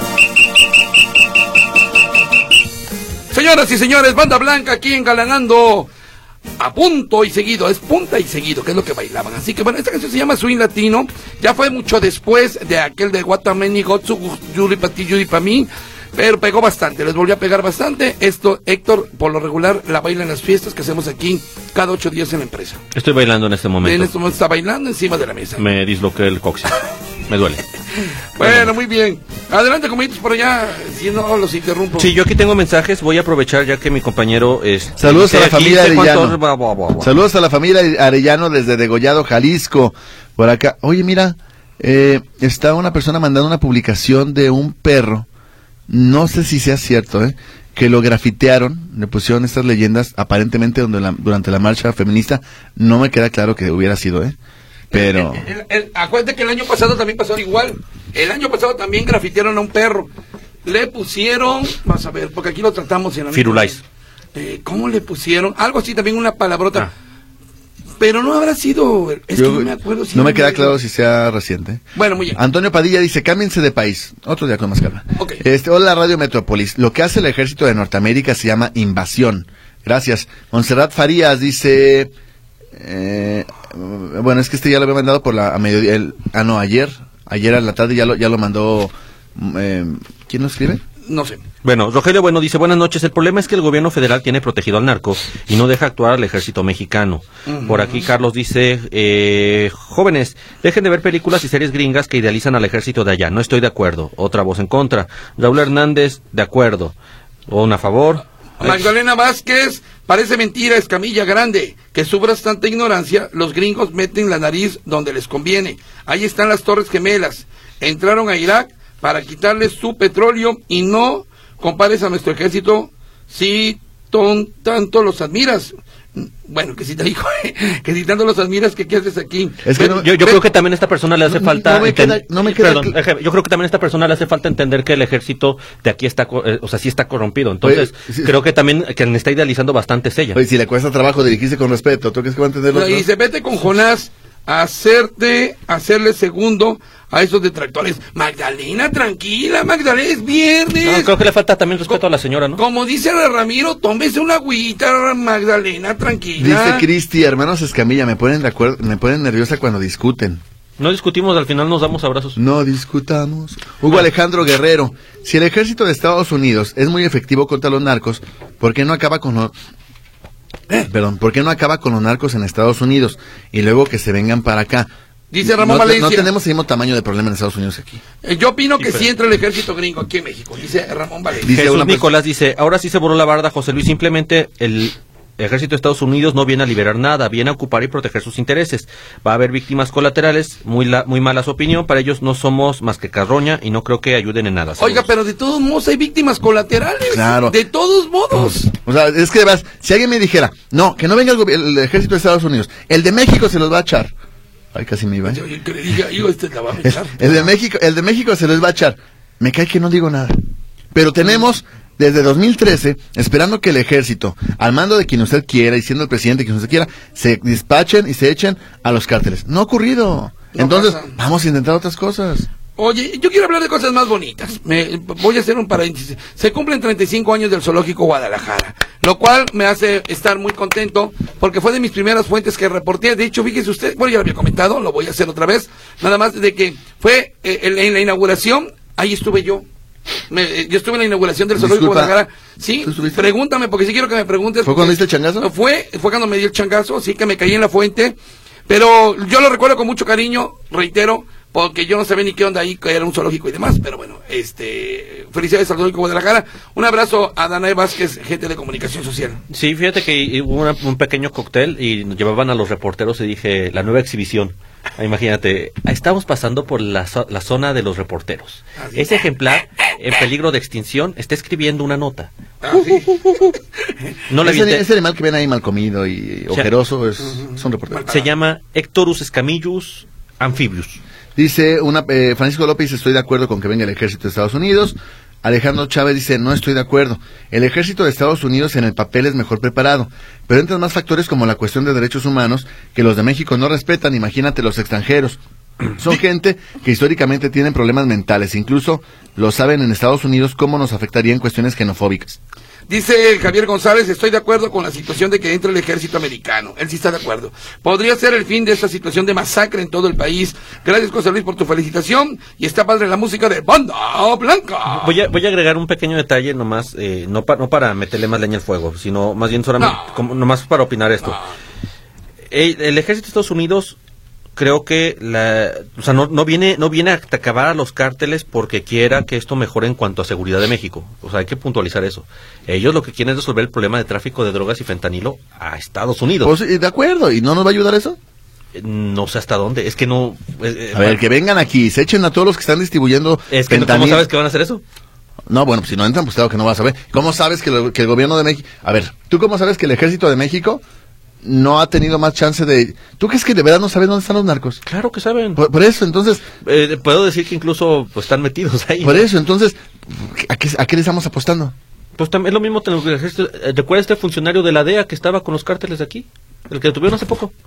Señoras y señores, Banda Blanca aquí engalanando a punto y seguido, es punta y seguido, que es lo que bailaban. Así que bueno, esta canción se llama Swing Latino, ya fue mucho después de aquel de Guatameni Gotsu, Yuri pa ti, Yuri pa mí, pero pegó bastante, les volvió a pegar bastante. Esto, Héctor, por lo regular la baila en las fiestas que hacemos aquí cada ocho días en la empresa. Estoy bailando en este En momento. este momento está bailando encima de la mesa. Me disloqué el coxis. Me duele. Bueno, muy bien. Adelante, comiditos por allá, si no los interrumpo. Sí, yo aquí tengo mensajes, voy a aprovechar ya que mi compañero es... Saludos a la familia Arellano. Bla, bla, bla, bla. Saludos a la familia Arellano desde Degollado, Jalisco. Por acá. Oye, mira, eh, está una persona mandando una publicación de un perro. No sé si sea cierto, ¿eh? Que lo grafitearon, le pusieron estas leyendas, aparentemente donde la- durante la marcha feminista. No me queda claro que hubiera sido, ¿eh? Pero... El- el- el- acuérdate que el año pasado también pasó igual. El año pasado también grafitearon a un perro. Le pusieron, vas a ver, porque aquí lo tratamos en la Firulais. Eh, ¿Cómo le pusieron? Algo así, también una palabrota. Ah. Pero no habrá sido. Es yo- que no me acuerdo si no me era queda negro. claro si sea reciente. Bueno, muy bien. Antonio Padilla dice, cámbiense de país. Otro día con más calma. Ok. Este, hola Radio Metrópolis. Lo que hace el ejército de Norteamérica se llama invasión. Gracias. Montserrat Farías dice, eh, bueno, es que este ya lo había mandado por la a mediodía. El, ah, no, ayer. Ayer a la tarde ya lo, ya lo mandó. Eh, ¿Quién lo escribe? No sé. Bueno, Rogelio Bueno dice, buenas noches, el problema es que el gobierno federal tiene protegido al narco y no deja actuar al ejército mexicano. Ujú. Por aquí Carlos dice, eh, jóvenes, dejen de ver películas y series gringas que idealizan al ejército de allá. No estoy de acuerdo. Otra voz en contra. Raúl Hernández, de acuerdo. Una a favor. Magdalena Vázquez Parece mentira, Escamilla Grande, que subras tanta ignorancia, los gringos meten la nariz donde les conviene. Ahí están las Torres Gemelas. Entraron a Irak para quitarles su petróleo y no compares a nuestro ejército si ton, tanto los admiras. Bueno, que si te dijo, que si tanto los admiras, que qué haces aquí. Es que no, yo, yo creo que también a esta persona le hace no, falta no me queda, no me queda perdón, cl- yo creo que también a esta persona le hace falta entender que el ejército de aquí está, eh, o sea, sí está corrompido. Entonces, Oye, sí, creo que también quien está idealizando bastante es ella. Oye, si le cuesta trabajo dirigirse con respeto, ¿tú crees que va a entenderlo? No, y se vete con Jonás a hacerte, a hacerle segundo a esos detractores. Magdalena, tranquila, Magdalena, es viernes. No, creo que le falta también respeto Co- a la señora, ¿no? Como dice Ramiro, tómese una agüita, Magdalena, tranquila. Dice Cristi, hermanos Escamilla, me ponen de acuerdo, me ponen nerviosa cuando discuten. No discutimos, al final nos damos abrazos. No discutamos. Hugo Alejandro Guerrero, si el ejército de Estados Unidos es muy efectivo contra los narcos, ¿por qué no acaba con los... Eh, perdón, ¿por qué no acaba con los narcos en Estados Unidos y luego que se vengan para acá? Dice Ramón no, te- Valencia. No tenemos el mismo tamaño de problema en Estados Unidos aquí. Eh, Yo opino que Sí, pero- sí entra el ejército gringo aquí en México, dice Ramón Valencia. Dice Jesús una persona- Nicolás dice, ahora sí se voló la barda, José Luis, simplemente el ejército de Estados Unidos no viene a liberar nada, viene a ocupar y proteger sus intereses. Va a haber víctimas colaterales, muy la, muy mala su opinión, para ellos no somos más que carroña y no creo que ayuden en nada. Oiga, Saludos. pero de todos modos hay víctimas colaterales. Claro. De todos modos. O sea, es que vas, si alguien me dijera, no, que no venga el, gobi- el ejército de Estados Unidos, el de México se los va a echar. Ay, casi me iba. ¿eh? Yo, yo que le diga, hijo, este la va a El, echar. el de México, el de México se los va a echar. Me cae que no digo nada. Pero tenemos desde dos mil trece esperando que el ejército, al mando de quien usted quiera y siendo el presidente quien usted quiera, se despachen y se echen a los cárteles. No ha ocurrido. No Entonces, pasa. vamos a intentar otras cosas. Oye, yo quiero hablar de cosas más bonitas. Me, voy a hacer un paréntesis. Se cumplen treinta y cinco años del Zoológico Guadalajara, lo cual me hace estar muy contento porque fue de mis primeras fuentes que reporté. De hecho, fíjese usted, bueno, ya lo había comentado, lo voy a hacer otra vez. Nada más de que fue eh, en, en la inauguración, ahí estuve yo. Me, eh, yo estuve en la inauguración del Zoológico Disculpa, Guadalajara. Sí, ¿tú estuviste? pregúntame, porque sí quiero que me preguntes. ¿Fue cuando porque- diste el changazo? Fue, fue cuando me di el changazo, sí, que me caí en la fuente. Pero yo lo recuerdo con mucho cariño, reitero, porque yo no sabía ni qué onda ahí, que era un zoológico y demás. Pero bueno, este, felicidades al Zoológico Guadalajara. Un abrazo a Danae Vázquez, gente de comunicación social. Sí, fíjate que hubo una- un pequeño cóctel y nos llevaban a los reporteros y dije, la nueva exhibición. Ah, Imagínate, estamos pasando por la, zo- la zona de los reporteros. Así. Ese ejemplar, en peligro de extinción, está escribiendo una nota. Ah, sí. No le ese, avienté. ese animal que ven ahí mal comido y ojeroso es, son reporteros. Se llama Hectorus Scamillus amphibius. Dice una, eh, Francisco López, estoy de acuerdo con que venga el ejército de Estados Unidos. Alejandro Chávez dice, no estoy de acuerdo. El ejército de Estados Unidos en el papel es mejor preparado, pero entran más factores como la cuestión de derechos humanos que los de México no respetan, imagínate los extranjeros. Son gente que históricamente tienen problemas mentales, incluso lo saben en Estados Unidos cómo nos afectarían cuestiones xenofóbicas. Dice Javier González, estoy de acuerdo con la situación de que entre el ejército americano. Él sí está de acuerdo. Podría ser el fin de esta situación de masacre en todo el país. Gracias, José Luis, por tu felicitación. Y está padre la música de Banda Blanca. Voy a, voy a agregar un pequeño detalle nomás, eh, no, pa- no para meterle más leña al fuego, sino más bien solamente, No. como- nomás para opinar esto. Ah, El, el ejército de Estados Unidos creo que la, o sea, no, no viene no viene a acabar a los cárteles porque quiera que esto mejore en cuanto a seguridad de México. O sea, hay que puntualizar eso. Ellos lo que quieren es resolver el problema de tráfico de drogas y fentanilo a Estados Unidos. Pues, eh, de acuerdo, ¿y no nos va a ayudar eso? Eh, No sé hasta dónde. Es que no. eh, eh, A ver, que vengan aquí, se echen a todos los que están distribuyendo es que ¿cómo fentanilo. sabes que van a hacer eso? No, bueno, pues si no entran, pues claro que no vas a ver. ¿Cómo sabes que, lo- que el gobierno de México... A ver, ¿tú cómo sabes que el ejército de México no ha tenido más chance de... ¿Tú crees que de verdad no sabes dónde están los narcos? Claro que saben. Por, por eso, entonces, Eh, puedo decir que incluso pues, están metidos ahí. por eso, entonces, ¿a qué, a qué le estamos apostando? Pues también es lo mismo. ten- el ejército- eh, ¿Recuerda este funcionario de la D E A que estaba con los cárteles de aquí? El que detuvieron hace poco.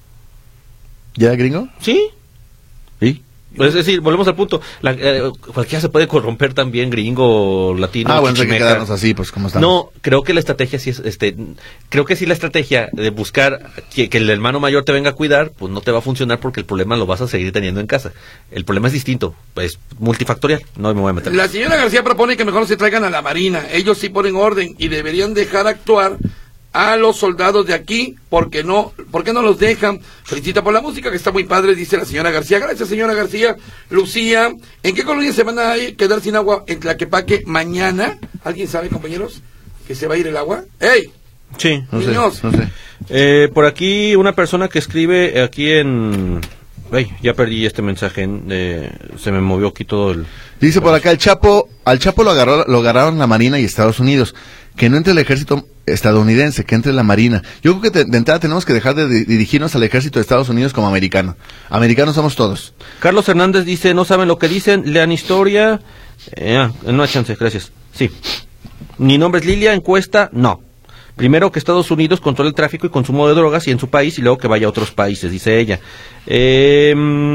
¿Ya era gringo? Sí. Sí. Es decir, volvemos al punto. La, eh, cualquiera se puede corromper también, gringo, latino, Ah, bueno, hay que chichimeca. quedarnos así, pues, como estamos. No, creo que la estrategia sí es, este, creo que sí la estrategia de buscar que, que el hermano mayor te venga a cuidar, pues no te va a funcionar porque el problema lo vas a seguir teniendo en casa. El problema es distinto, es multifactorial, no me voy a meter. La señora García propone que mejor se traigan a la Marina. Ellos sí ponen orden y deberían dejar actuar a los soldados de aquí, porque no, porque no los dejan. Felicita por la música, que está muy padre, dice la señora García. Gracias, señora García. Lucía, ¿en qué colonia se van a ir- quedar sin agua en Tlaquepaque mañana? ¿Alguien sabe, compañeros, que se va a ir el agua? ¡Ey! Sí, no sé, Niños. no sé. Eh, por aquí una persona que escribe aquí en... Ay, ya perdí este mensaje, eh, se me movió aquí todo el... Dice por acá, el Chapo, al Chapo lo agarró, lo agarraron la Marina y Estados Unidos. Que no entre el ejército estadounidense, que entre la Marina. Yo creo que te, de entrada tenemos que dejar de di- dirigirnos al ejército de Estados Unidos como americano. Americanos somos todos. Carlos Hernández dice, no saben lo que dicen, lean historia. Eh, ah, no hay chance, gracias. Sí. Mi nombre es Lilia, encuesta, no. Primero que Estados Unidos controle el tráfico y consumo de drogas y en su país y luego que vaya a otros países, dice ella. Eh,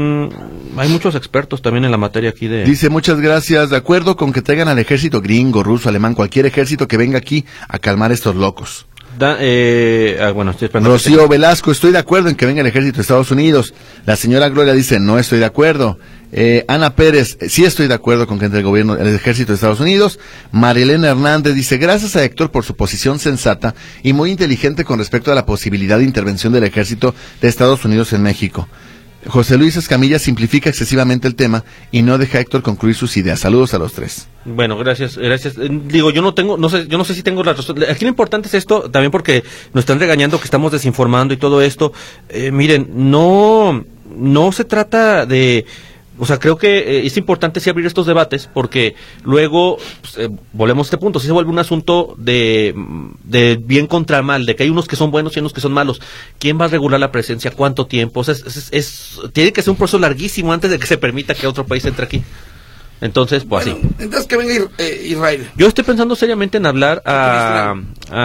hay muchos expertos también en la materia aquí de... Dice, muchas gracias, de acuerdo con que traigan al ejército gringo, ruso, alemán, cualquier ejército que venga aquí a calmar a estos locos. Da, eh, ah, bueno, estoy esperando. Rocío que... Velasco, estoy de acuerdo en que venga el ejército de Estados Unidos. La señora Gloria dice, no estoy de acuerdo. Eh, Ana Pérez, sí estoy de acuerdo con que entre el gobierno, el ejército de Estados Unidos. Marilena Hernández dice, gracias a Héctor por su posición sensata y muy inteligente con respecto a la posibilidad de intervención del ejército de Estados Unidos en México. José Luis Escamilla simplifica excesivamente el tema y no deja a Héctor concluir sus ideas. Saludos a los tres. Bueno, gracias, gracias. Eh, digo, yo no tengo, no sé, yo no sé si tengo la razón. Aquí lo importante es esto, también porque nos están regañando que estamos desinformando y todo esto. Eh, miren, no, no se trata de... O sea, creo que eh, es importante sí abrir estos debates porque luego, pues, eh, volvemos a este punto, sí se vuelve un asunto de, de bien contra mal, de que hay unos que son buenos y unos que son malos. ¿Quién va a regular la presencia? ¿Cuánto tiempo? O sea, es, es, es, tiene que ser un proceso larguísimo antes de que se permita que otro país entre aquí. Entonces, pues Bueno, así. entonces que venga Ir- eh, Israel. Yo estoy pensando seriamente en hablar a,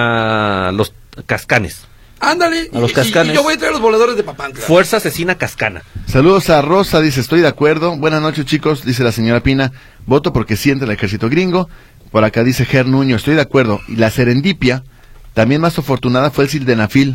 a los cascanes. Ándale, A los y- y- cascanes. y yo voy a traer los voladores de Papantla. Fuerza Asesina Cascana. Saludos a Rosa, dice, estoy de acuerdo. Buenas noches, chicos, dice la señora Pina. Voto porque siente el ejército gringo. Por acá dice Ger Nuño, estoy de acuerdo. Y la serendipia, también más afortunada, fue el sildenafil.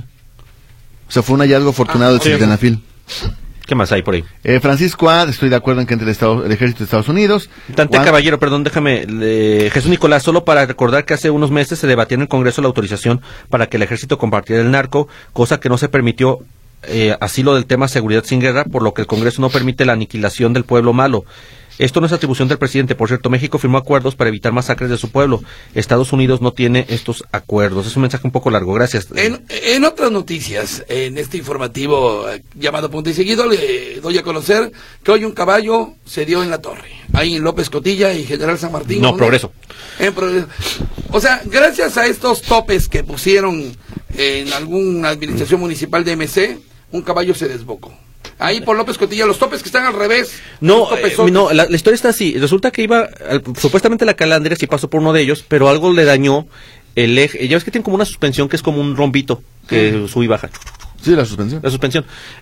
O sea, fue un hallazgo afortunado Ah, del sí. sildenafil. ¿Qué más hay por ahí? Eh, Francisco A, estoy de acuerdo en que entre el, Estado- el ejército de Estados Unidos. Tante Juan- Caballero, perdón, déjame. le- Jesús Nicolás, solo para recordar que hace unos meses se debatió en el Congreso la autorización para que el ejército compartiera el narco, cosa que no se permitió. Eh, así lo del tema seguridad sin guerra, por lo que el Congreso no permite la aniquilación del pueblo malo. Esto no es atribución del presidente. Por cierto, México firmó acuerdos para evitar masacres de su pueblo. Estados Unidos no tiene estos acuerdos. Es un mensaje un poco largo. Gracias. En, en otras noticias, en este informativo eh, llamado Punto y Seguido, le doy a conocer que hoy un caballo se dio en la torre, ahí en López Cotilla y General San Martín. No, ¿no? Progreso. En Progreso. O sea, gracias a estos topes que pusieron en alguna administración municipal de M C, un caballo se desbocó. Ahí por López Cotilla, los topes que están al revés. No, los eh, topesotes. no la, la historia está así. Resulta que iba, al- supuestamente la calandria sí pasó por uno de ellos, pero algo le dañó el eje. Ya ves que tiene como una suspensión que es como un rombito que sube y baja. Sí, la suspensión. La suspensión.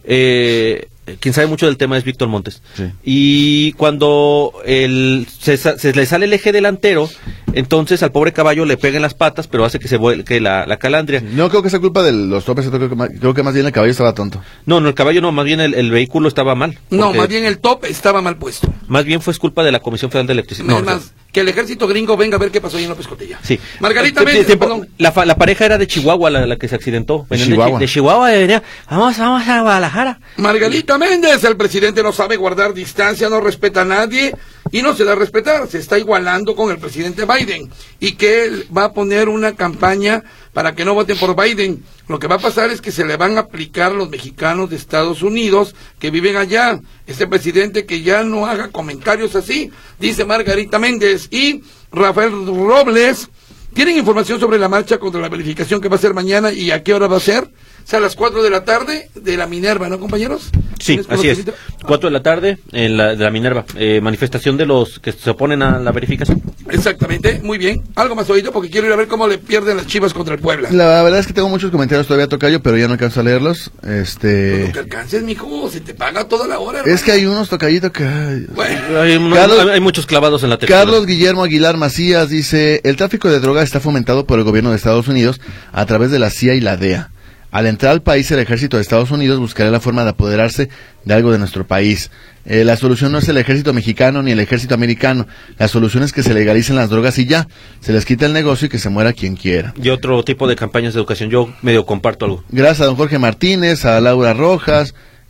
Eh, quien sabe mucho del tema es Víctor Montes. Sí. Y cuando el, se, sa- se le sale el eje delantero, entonces al pobre caballo le pega en las patas, pero hace que se vuelque la, la calandria. No creo que sea culpa de los topes, creo que, más, creo que más bien el caballo estaba tonto. No, no, el caballo no, más bien el, el vehículo estaba mal. No, porque más bien el top estaba mal puesto. Más bien fue culpa de la Comisión Federal de Electricidad. No, es más, que el ejército gringo venga a ver qué pasó ahí en López Cotilla. Sí. Margarita Eh, Méndez, tiempo, perdón. La, fa- la pareja era de Chihuahua, la, la que se accidentó. Venían de Chihuahua. Chi- De, Chihuahua, venía, vamos, vamos a Guadalajara. Margarita Méndez, el presidente no sabe guardar distancia, no respeta a nadie y no se da a respetar, se está igualando con el presidente Biden y que él va a poner una campaña para que no voten por Biden. Lo que va a pasar es que se le van a aplicar a los mexicanos de Estados Unidos que viven allá. Este presidente que ya no haga comentarios así, dice Margarita Méndez. Y Rafael Robles, ¿tienen información sobre la marcha contra la verificación que va a ser mañana y a qué hora va a ser? O sea, a las cuatro de la tarde de la Minerva, ¿no, compañeros? Sí, ¿Tienes así es. conocimiento? Cuatro de la tarde en la, de la Minerva. Eh, manifestación de los que se oponen a la verificación. Exactamente, muy bien. Algo más oído porque quiero ir a ver cómo le pierden las Chivas contra el Puebla. La verdad es que tengo muchos comentarios todavía, Tocayo, pero ya no alcanzo a leerlos. Este... No te alcances, mijo, se te paga toda la hora. Es hermano. que hay unos tocallitos que... ay, Bueno, Hay, unos- Carlos- hay- hay muchos clavados en la textura. Carlos Guillermo Aguilar Macías dice, el tráfico de droga está fomentado por el gobierno de Estados Unidos a través de la C I A y la D E A. Al entrar al país, el ejército de Estados Unidos buscará la forma de apoderarse de algo de nuestro país. Eh, la solución no es el ejército mexicano ni el ejército americano. La solución es que se legalicen las drogas y ya. Se les quita el negocio y que se muera quien quiera. Y otro tipo de campañas de educación. Yo medio comparto algo. Gracias a don Jorge Martínez, a Laura Rojas,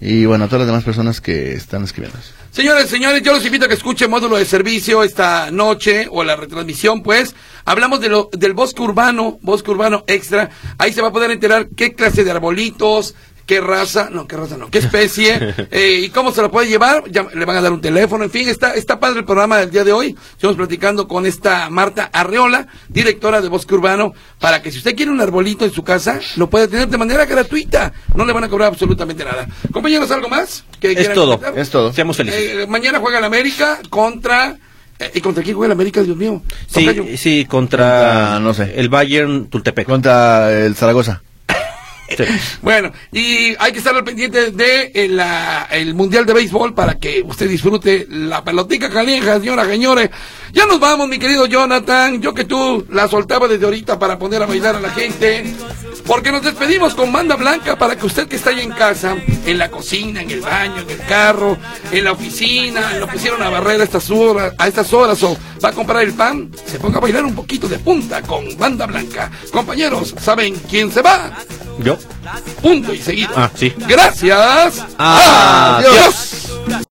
y bueno, a todas las demás personas que están escribiendo. Señores, señores, yo los invito a que escuchen Módulo de Servicio esta noche, o la retransmisión, pues. Hablamos de lo, del bosque urbano, bosque urbano extra. Ahí se va a poder enterar qué clase de arbolitos, qué raza, no, qué raza no, qué especie, eh, y cómo se lo puede llevar. Ya le van a dar un teléfono, en fin, está, está padre el programa del día de hoy. Estamos platicando con esta Marta Arreola, directora de Bosque Urbano, para que si usted quiere un arbolito en su casa, lo puede tener de manera gratuita. No le van a cobrar absolutamente nada. Compañeros, ¿algo más? Que Es todo, comentar? es todo. Seamos felices. Eh, mañana juega el América contra... Eh, ¿Y contra quién juega el América, Dios mío? Tocayo. Sí, sí, contra, Contra, no sé. el Bayern Tultepec. Contra el Zaragoza. Sí. Bueno, y hay que estar al pendiente de el, la, el Mundial de Béisbol para que usted disfrute la pelotica caliente, señora, señores. Ya nos vamos, mi querido Jonathan. Yo que tú la soltaba desde ahorita para poner a bailar a la gente. Porque nos despedimos con Banda Blanca para que usted que está ahí en casa, en la cocina, en el baño, en el carro, en la oficina, lo pusieron a barrer a estas horas, a estas horas o va a comprar el pan, se ponga a bailar un poquito de punta con Banda Blanca. Compañeros, ¿saben quién se va? ¿Yo? Punto y seguido. Ah, sí. Gracias. Adiós. Adiós.